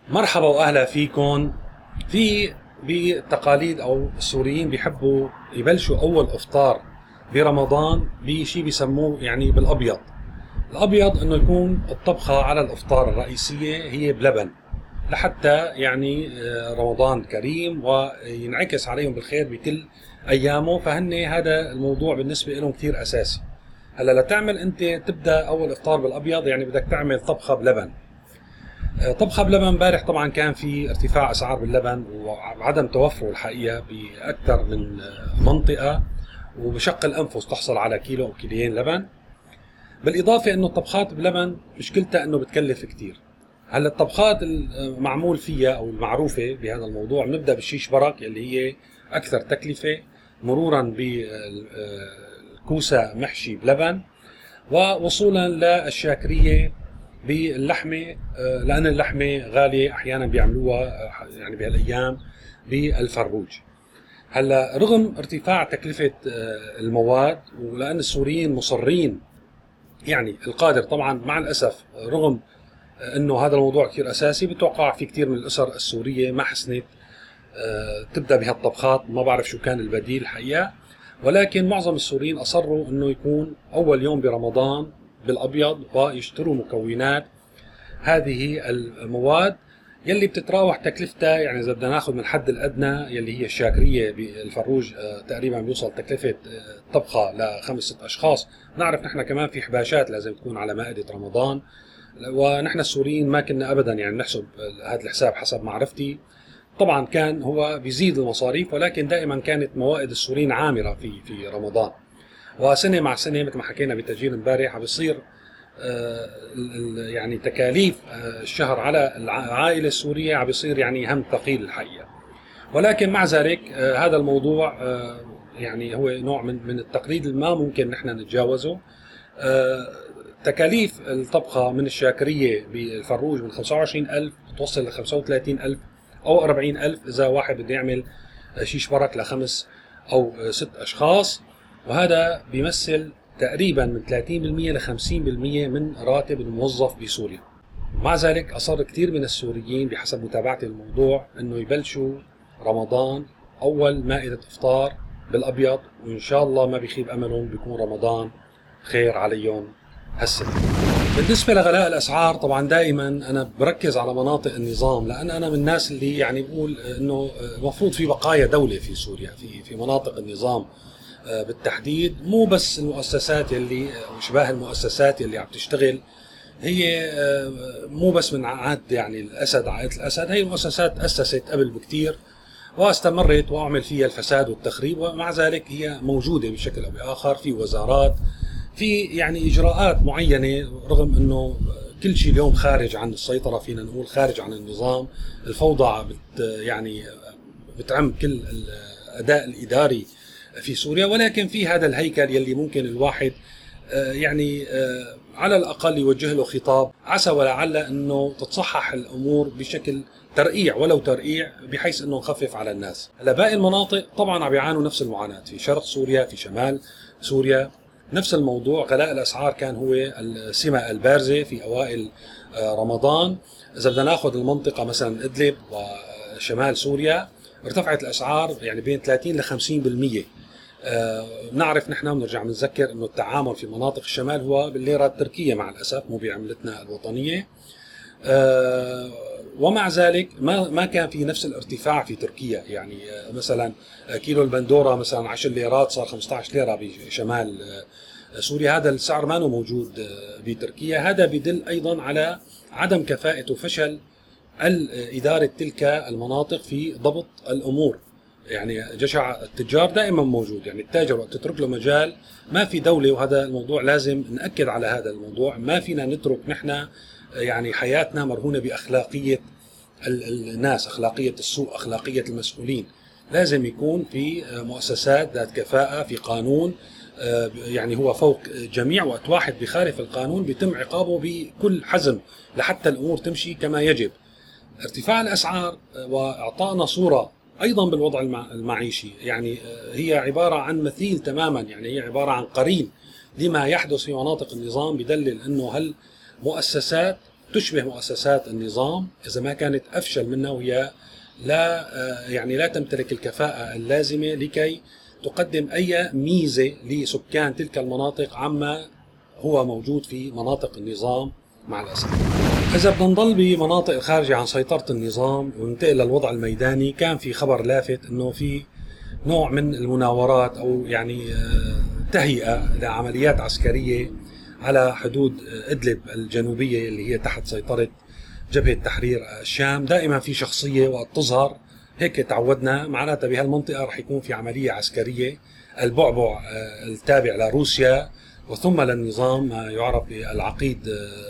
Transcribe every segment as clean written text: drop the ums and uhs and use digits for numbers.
مرحبا واهلا فيكم. في بتقاليد او السوريين بيحبوا يبلشوا اول افطار برمضان بشيء بيسموه يعني بالابيض. الابيض انه يكون الطبخه على الافطار الرئيسيه هي بلبن لحتى يعني رمضان كريم وينعكس عليهم بالخير بكل ايامه، فهن هذا الموضوع بالنسبه لهم كثير اساسي. هلا لتعمل انت تبدا اول افطار بالابيض يعني بدك تعمل طبخه بلبن. طبخة بلبن امبارح طبعا كان في ارتفاع اسعار باللبن وعدم توفره الحقيقه باكثر من منطقه، وبشق الانفس تحصل على كيلو او كيلوين لبن. بالاضافه انه الطبخات بلبن مشكلتها انه بتكلف كثير. هلا الطبخات المعمول فيها او المعروفه بهذا الموضوع بنبدا بالشيش برك اللي هي اكثر تكلفه، مرورا بالكوسه محشي بلبن، ووصولا للشاكريه باللحمه، لان اللحمه غاليه احيانا بيعملوها يعني بهالايام بالفروج. هلا رغم ارتفاع تكلفه المواد، ولان السوريين مصرين يعني القادر طبعا مع الاسف، رغم انه هذا الموضوع كثير اساسي، بتوقع في كثير من الاسر السوريه ما حسنت تبدا بهالطبخات، ما بعرف شو كان البديل الحقيقه. ولكن معظم السوريين اصروا انه يكون اول يوم برمضان بالابيض ويشتروا مكونات هذه المواد يلي بتتراوح تكلفتها، يعني اذا بدنا ناخذ من الحد الادنى يلي هي الشاكريه بالفروج تقريبا بيوصل تكلفه طبخه لخمس ست اشخاص. نعرف نحن كمان في حباشات لازم تكون على مائده رمضان، ونحن السوريين ما كنا ابدا يعني نحسب هذا الحساب حسب معرفتي. طبعا كان هو بيزيد المصاريف، ولكن دائما كانت موائد السوريين عامره في رمضان. وسنه مع سنه مثل ما حكينا بالتسجيل امبارح عم بيصير يعني تكاليف الشهر على العائله السوريه عم بيصير يعني هم ثقيل الحقيقه. ولكن مع ذلك هذا الموضوع يعني هو نوع من التقليد اللي ما ممكن نحن نتجاوزه. تكاليف الطبخه من الشاكريه بالفروج من 25,000 بتوصل ل 35,000 او 40,000 اذا واحد بده يعمل شيش برك لخمس او ست اشخاص، وهذا بيمثل تقريبا من 30% ل 50% من راتب الموظف بسوريا. مع ذلك اصر كثير من السوريين بحسب متابعتي الموضوع انه يبلشوا رمضان اول مائدة افطار بالابيض، وان شاء الله ما بيخيب املهم بيكون رمضان خير عليهم هالسنه. بالنسبة لغلاء الأسعار طبعا دائما أنا بركز على مناطق النظام، لأن أنا من الناس اللي يعني بقول أنه المفروض في بقايا دولة في سوريا، في مناطق النظام بالتحديد، مو بس المؤسسات اللي وشباه المؤسسات اللي عم تشتغل، هي مو بس من عهد يعني الأسد، عائلة الأسد، هي المؤسسات تأسست قبل بكتير واستمرت وأعمل فيها الفساد والتخريب، ومع ذلك هي موجودة بشكل أو بآخر، في وزارات، في يعني إجراءات معينة، رغم أنه كل شيء اليوم خارج عن السيطرة، فينا نقول خارج عن النظام. الفوضى يعني بتعم كل الأداء الإداري في سوريا، ولكن في هذا الهيكل يلي ممكن الواحد يعني على الأقل يوجه له خطاب عسى ولعل أنه تتصحح الأمور بشكل ترقيع، ولو ترقيع، بحيث أنه نخفف على الناس. هلا باقي المناطق طبعا عم يعانوا نفس المعاناة، في شرق سوريا، في شمال سوريا نفس الموضوع. غلاء الأسعار كان هو السمة البارزة في أوائل رمضان. إذا بدنا ناخذ المنطقة مثلا إدلب وشمال سوريا، ارتفعت الأسعار يعني بين 30 ل 50%. نعرف نحن بنرجع بنذكر انه التعامل في مناطق الشمال هو بالليره التركيه مع الاسف، مو بعملتنا الوطنيه. ومع ذلك ما كان في نفس الارتفاع في تركيا، يعني مثلا كيلو البندوره مثلا 10 ليرات صار 15 ليره بشمال سوريا. هذا السعر ما موجود بتركيا. هذا بدل ايضا على عدم كفاءه وفشل إدارة تلك المناطق في ضبط الأمور. يعني جشع التجار دائما موجود، يعني التاجر وقت تترك له مجال ما في دولة، وهذا الموضوع لازم نأكد على هذا الموضوع. ما فينا نترك نحن يعني حياتنا مرهونة بأخلاقية الناس، أخلاقية السوق، أخلاقية المسؤولين. لازم يكون في مؤسسات ذات كفاءة، في قانون يعني هو فوق جميع، وقت واحد بخالف القانون بيتم عقابه بكل حزم لحتى الأمور تمشي كما يجب. ارتفاع الأسعار وإعطائنا صورة أيضا بالوضع المعيشي، يعني هي عبارة عن مثيل تماما، يعني هي عبارة عن قرين لما يحدث في مناطق النظام، بدلل أنه هالمؤسسات تشبه مؤسسات النظام إذا ما كانت أفشل منها، وهي لا يعني لا تمتلك الكفاءة اللازمة لكي تقدم أي ميزة لسكان تلك المناطق عما هو موجود في مناطق النظام مع الأسف. إذا بدنا نضل بمناطق الخارجة عن سيطرة النظام وننتقل للوضع الميداني، كان في خبر لافت أنه في نوع من المناورات أو يعني تهيئة لعمليات عسكرية على حدود إدلب الجنوبية اللي هي تحت سيطرة جبهة تحرير الشام. دائما في شخصية وقت تظهر هيك تعودنا، معناتها بهالمنطقة رح يكون في عملية عسكرية. البعبع التابع لروسيا وثم للنظام ما يعرف بالعقيد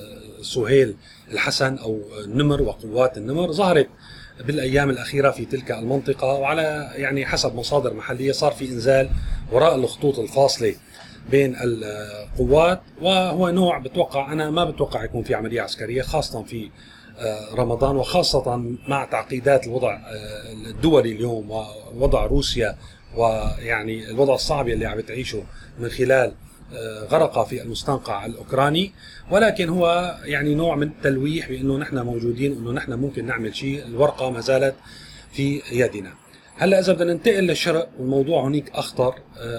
سهيل الحسن أو النمر وقوات النمر ظهرت بالأيام الأخيرة في تلك المنطقة، وعلى يعني حسب مصادر محلية صار في إنزال وراء الخطوط الفاصلة بين القوات، وهو نوع بتوقع أنا ما بتوقع يكون في عملية عسكرية خاصة في رمضان، وخاصة مع تعقيدات الوضع الدولي اليوم ووضع روسيا ويعني الوضع الصعب اللي عم تعيشه من خلال غرق في المستنقع الأوكراني. ولكن هو يعني نوع من التلويح بأنه نحن موجودين، أنه نحن ممكن نعمل شيء، الورقة ما زالت في يدنا. هلا إذا بدنا ننتقل للشرق والموضوع هناك أخطر،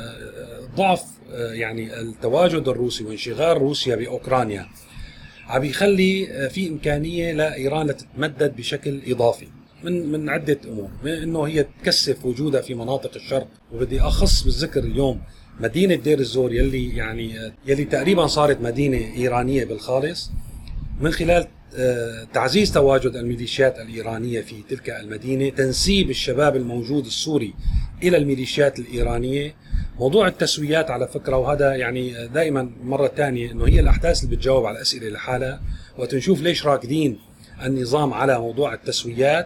ضعف يعني التواجد الروسي وانشغال روسيا بأوكرانيا عم يخلي في إمكانية لإيران لتتمدد بشكل إضافي من عدة أمور، من أنه هي تكثف وجودها في مناطق الشرق. وبدي أخص بالذكر اليوم مدينة دير الزور يلي تقريبا صارت مدينة إيرانية بالخالص، من خلال تعزيز تواجد الميليشيات الإيرانية في تلك المدينة، تنسيب الشباب الموجود السوري إلى الميليشيات الإيرانية. موضوع التسويات على فكرة، وهذا يعني دائما مرة تانية أنه هي الأحداث اللي بتجاوب على الأسئلة لحالها، وتنشوف ليش راكدين النظام على موضوع التسويات.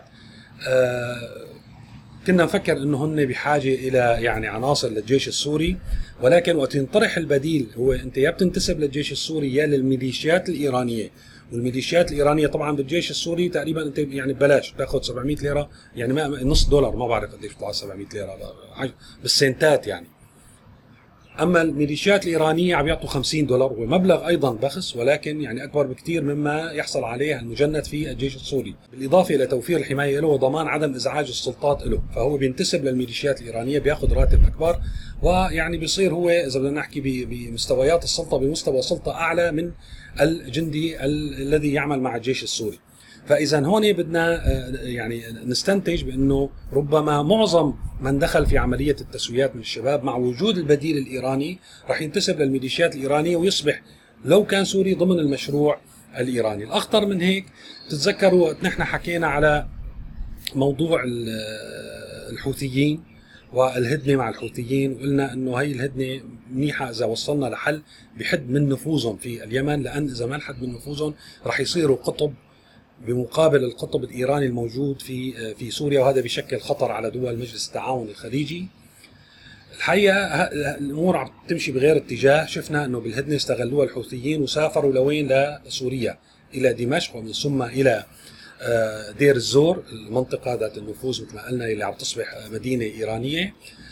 كنا نفكر انه هن بحاجه الى يعني عناصر للجيش السوري، ولكن وقت ينطرح البديل هو انت يا بتنتسب للجيش السوري يا للميليشيات الايرانيه. والميليشيات الايرانيه طبعا بالجيش السوري تقريبا انت يعني ببلاش تاخذ 700 ليره، يعني ما نص دولار، ما بعرف قديش بيطلع 700 ليره بالسنتات يعني. اما الميليشيات الايرانيه عم يعطوا 50 دولار، ومبلغ ايضا بخس ولكن يعني اكبر بكثير مما يحصل عليه المجند في الجيش السوري، بالاضافه الى توفير الحمايه له وضمان عدم ازعاج السلطات له. فهو بينتسب للميليشيات الايرانيه، بياخذ راتب اكبر، ويعني بيصير هو اذا بدنا نحكي بمستويات السلطه بمستوى سلطه اعلى من الجندي الذي يعمل مع الجيش السوري. فإذا هون بدنا يعني نستنتج بأنه ربما معظم من دخل في عملية التسويات من الشباب مع وجود البديل الإيراني رح ينتسب للميليشيات الإيرانية ويصبح لو كان سوري ضمن المشروع الإيراني. الأخطر من هيك تتذكروا نحن حكينا على موضوع الحوثيين والهدنة مع الحوثيين، وقلنا أنه هي الهدنة منيحة إذا وصلنا لحل بحد من نفوذهم في اليمن، لأن إذا ما انحد من نفوذهم رح يصيروا قطب بمقابل القطب الإيراني الموجود في سوريا، وهذا بيشكل خطر على دول مجلس التعاون الخليجي. الحقيقة الأمور عم تمشي بغير اتجاه. شفنا أنه بالهدنة استغلوها الحوثيين وسافروا لوين؟ لسوريا، إلى دمشق ومن ثم إلى دير الزور، المنطقة ذات النفوذ مثل ما قلنا اللي عم تصبح مدينة إيرانية.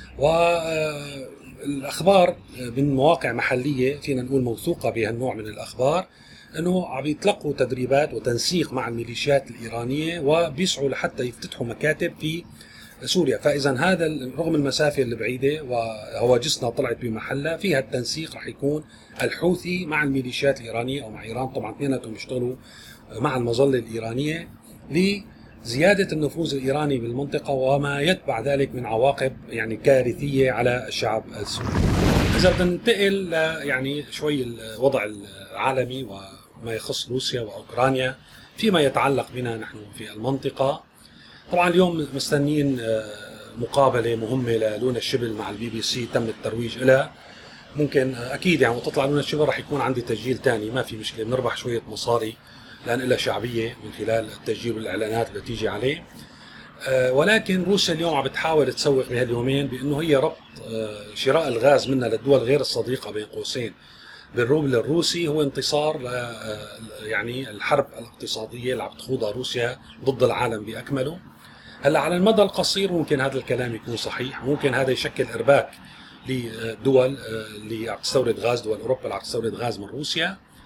والأخبار من مواقع محلية فينا نقول موثوقة بهالنوع من الأخبار أنه عم يتلقوا تدريبات وتنسيق مع الميليشيات الإيرانية وبيسعوا لحتى يفتتحوا مكاتب في سوريا. فإذا هذا رغم المسافة البعيدة وهواجسنا طلعت بمحلها، فيها التنسيق رح يكون الحوثي مع الميليشيات الإيرانية أو مع إيران، طبعا اثنيناتهم يشتغلوا مع المظلة الإيرانية لزيادة النفوذ الإيراني بالمنطقة وما يتبع ذلك من عواقب يعني كارثية على الشعب السوري. إذا بدنا ننتقل يعني شوي الوضع العالمي وما يخص روسيا وأوكرانيا فيما يتعلق بنا نحن في المنطقة. طبعا اليوم مستنين مقابلة مهمة للونا الشبل مع البي بي سي، تم الترويج لها. ممكن أكيد يعني وتطلع لونا الشبل رح يكون عندي تسجيل تاني، ما في مشكلة، بنربح شوية مصاري لأن لها شعبية من خلال التسجيل والإعلانات اللي تيجي عليه. ولكن روسيا اليوم عم بتحاول تسوق بهاليومين بأنه هي ربط شراء الغاز منها للدول غير الصديقة بين قوسين بالروبل الروسي هو انتصار يعني الحرب الاقتصادية اللي عم تخوضها روسيا ضد العالم بأكمله. هلا على المدى القصير ممكن هذا الكلام يكون صحيح، ممكن هذا يشكل إرباك لدول اللي عم تستورد غاز، دول أوروبا اللي عم تستورد غاز من روسيا.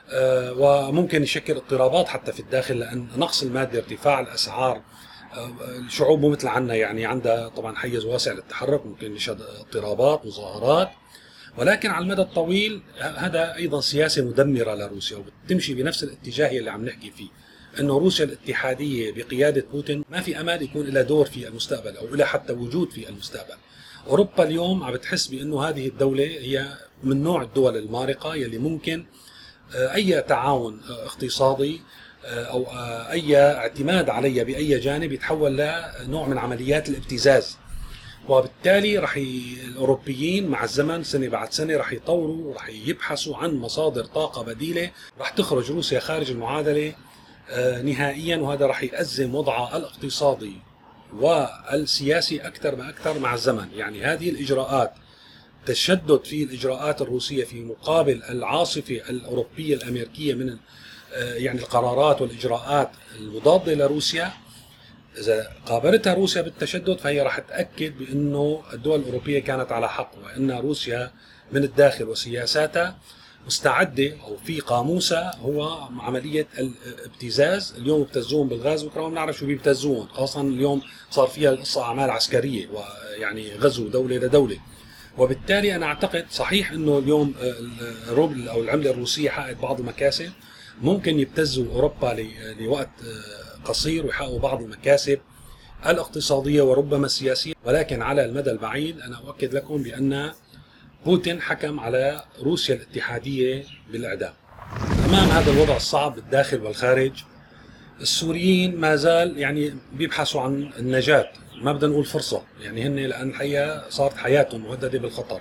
وممكن يشكل اضطرابات حتى في الداخل، لأن نقص المادة، ارتفاع الأسعار، الشعوب مو مثل عنا يعني عندها طبعا حيز واسع للتحرك، ممكن يشهد اضطرابات، مظاهرات. ولكن على المدى الطويل هذا أيضا سياسة مدمرة لروسيا، وبتمشي بنفس الاتجاه اللي عم نحكي فيه، أنه روسيا الاتحادية بقيادة بوتين ما في أمل يكون لها دور في المستقبل أو لها حتى وجود في المستقبل. أوروبا اليوم عم بتحس بأنه هذه الدولة هي من نوع الدول المارقة يلي ممكن أي تعاون اقتصادي أو أي اعتماد عليها بأي جانب يتحول لنوع من عمليات الابتزاز. وبالتالي الأوروبيين مع الزمن سنة بعد سنة رح يطوروا ورح يبحثوا عن مصادر طاقة بديلة، رح تخرج روسيا خارج المعادلة نهائيا، وهذا رح يأزم وضعها الاقتصادي والسياسي أكثر ما أكثر مع الزمن. يعني هذه الإجراءات، تشدد في الإجراءات الروسية في مقابل العاصفة الأوروبية الأمريكية من يعني القرارات والإجراءات المضادة لروسيا، إذا قابلتها روسيا بالتشدد فهي راح تأكد بأنه الدول الأوروبية كانت على حق، وأن روسيا من الداخل وسياساتها مستعدة أو في قاموسها هو عملية الابتزاز. اليوم ابتزوهم بالغاز، بكره ما بنعرف شو بيبتزوهم، خاصة اليوم صار فيها القصة أعمال عسكرية ويعني غزو دولة لدولة. وبالتالي أنا أعتقد صحيح أنه اليوم الروبل أو العملة الروسية حققت بعض المكاسب، ممكن يبتزوا أوروبا لوقت قصير ويحققوا بعض المكاسب الاقتصادية وربما السياسية، ولكن على المدى البعيد أنا أؤكد لكم بأن بوتين حكم على روسيا الاتحادية بالإعدام. أمام هذا الوضع الصعب بالداخل والخارج، السوريين ما زال يعني بيبحثوا عن النجاة، ما بدنا نقول فرصة يعني هن، لأن الحقيقة صارت حياتهم مهددة بالخطر.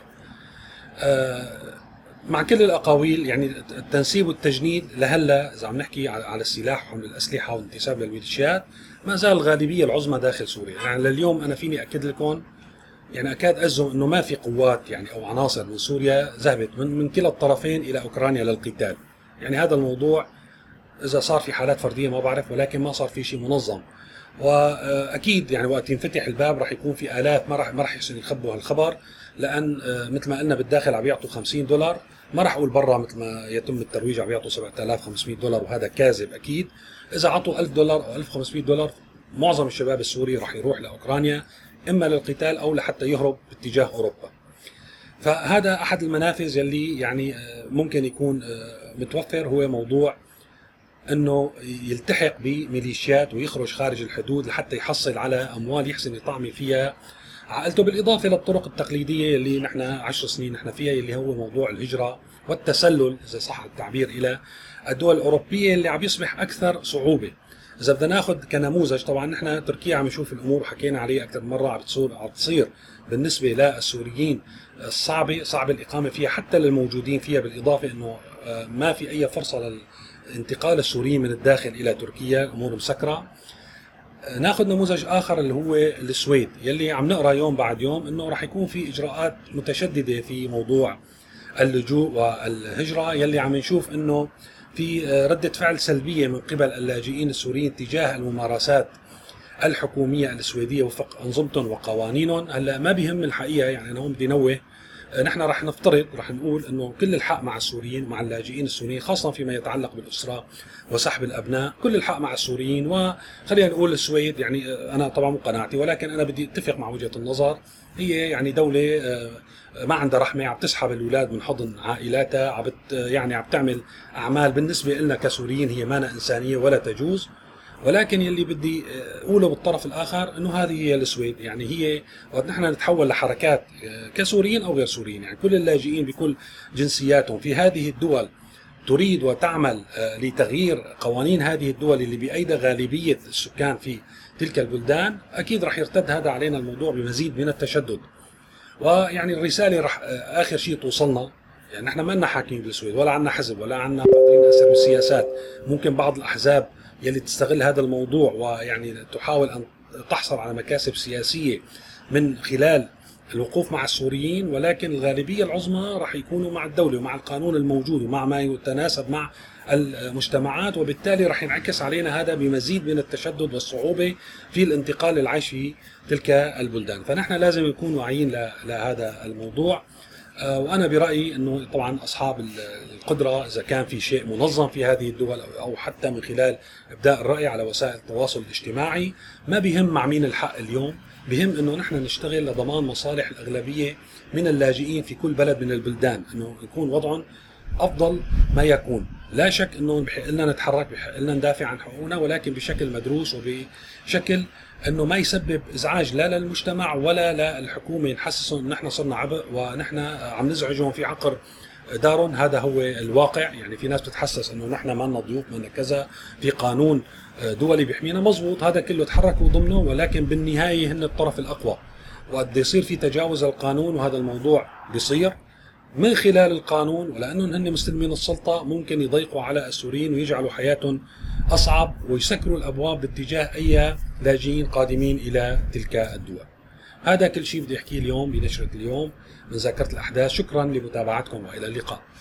مع كل الأقاويل يعني التنسيب والتجنيد لهلا إذا عم نحكي على السلاح وحمل الأسلحة والانتساب للميليشيات، ما زال الغالبية العظمى داخل سوريا. يعني لليوم أنا فيني أكد لكم، يعني أكاد أجزم أنه ما في قوات يعني أو عناصر من سوريا ذهبت من كلا الطرفين إلى أوكرانيا للقتال. يعني هذا الموضوع إذا صار في حالات فردية ما بعرف، ولكن ما صار في شيء منظم. وأكيد يعني وقت ينفتح الباب راح يكون في آلاف ما راح يحسن يخبوا هالخبر، لأن مثل ما قلنا بالداخل عم يعطوا $50، ما راح أقول برا مثل ما يتم الترويج عم يعطوا $7500، وهذا كاذب أكيد. إذا عطوا $1000 أو $1500 معظم الشباب السوري راح يروح لأوكرانيا، إما للقتال أو لحتى يهرب باتجاه أوروبا. فهذا أحد المنافذ يلي يعني ممكن يكون متوفر، هو موضوع انه يلتحق بميليشيات ويخرج خارج الحدود لحتى يحصل على اموال يحسن يطعمي فيها عائلته، بالاضافه للطرق التقليديه اللي نحن 10 سنين نحن فيها، اللي هو موضوع الهجره والتسلل اذا صح التعبير الى الدول الاوروبيه اللي عم يصبح اكثر صعوبه. اذا بدنا ناخذ كنموذج، طبعا نحن تركيا عم نشوف الامور وحكينا عليها اكثر من مره، عم تصير بالنسبه للسوريين صعب الاقامه فيها حتى للموجودين فيها، بالاضافه انه ما في اي فرصه انتقال السوريين من الداخل إلى تركيا، الأمور مسكرة. ناخذ نموذج آخر اللي هو السويد، يلي عم نقرأ يوم بعد يوم أنه رح يكون في إجراءات متشددة في موضوع اللجوء والهجرة، يلي عم نشوف أنه في ردة فعل سلبية من قبل اللاجئين السوريين تجاه الممارسات الحكومية السويدية وفق أنظمتهم وقوانينهم. هلا ما بيهم الحقيقة، يعني أنا هون بدي نوه، نحن رح نفترض رح نقول انه كل الحق مع السوريين ومع اللاجئين السوريين، خاصه فيما يتعلق بالاسره وسحب الابناء، كل الحق مع السوريين. وخلينا نقول السويد، يعني انا طبعا مو قناعتي، ولكن انا بدي اتفق مع وجهه النظر، هي يعني دوله ما عندها رحمه، عم تسحب الاولاد من حضن عائلاتها، يعني عم تعمل اعمال بالنسبه لنا كسوريين هي ما انسانيه ولا تجوز. ولكن يلي بدي اقوله بالطرف الاخر انه هذه هي السويد، يعني هي وقت نحن نتحول لحركات كسوريين او غير سوريين، يعني كل اللاجئين بكل جنسياتهم في هذه الدول تريد وتعمل لتغيير قوانين هذه الدول اللي بأيدي غالبية السكان في تلك البلدان، اكيد رح يرتد هذا علينا الموضوع بمزيد من التشدد. ويعني الرساله رح اخر شيء توصلنا، يعني نحن ما لنا حاكمين بالسويد ولا عندنا حزب ولا عندنا قادرين نأثر بالسياسات. ممكن بعض الاحزاب يلي تستغل هذا الموضوع ويعني تحاول ان تحصل على مكاسب سياسيه من خلال الوقوف مع السوريين، ولكن الغالبيه العظمى راح يكونوا مع الدوله ومع القانون الموجود ومع ما يتناسب مع المجتمعات، وبالتالي راح ينعكس علينا هذا بمزيد من التشدد والصعوبه في الانتقال للعيش في تلك البلدان. فنحن لازم نكون واعيين لهذا الموضوع. وأنا برأيي أنه طبعا أصحاب القدرة إذا كان في شيء منظم في هذه الدول أو حتى من خلال إبداء الرأي على وسائل التواصل الاجتماعي، ما بهم مع مين الحق اليوم، بهم أنه نحن نشتغل لضمان مصالح الأغلبية من اللاجئين في كل بلد من البلدان، أنه يكون وضعهم أفضل ما يكون. لا شك أنه بحق لنا نتحرك، بحق لنا ندافع عن حقوقنا، ولكن بشكل مدروس وبشكل أنه ما يسبب إزعاج لا للمجتمع ولا للحكومة، نحسسهم أن نحن صرنا عبء ونحن عم نزعجهم في عقر دارهم. هذا هو الواقع. يعني في ناس بتتحسس أنه نحن ما لنا ضيوف، ما لنا كذا، في قانون دولي بيحمينا. مزبوط، هذا كله تحركوا ضمنه، ولكن بالنهاية هن الطرف الأقوى، وقد يصير في تجاوز القانون وهذا الموضوع بيصير من خلال القانون، ولأنهم هن مستلمين السلطة ممكن يضيقوا على السوريين ويجعلوا حياتهم أصعب ويسكروا الأبواب باتجاه أي لاجئين قادمين إلى تلك الدول. هذا كل شيء بدي أحكيه اليوم بنشرة اليوم من ذاكرة الأحداث. شكرا لمتابعتكم وإلى اللقاء.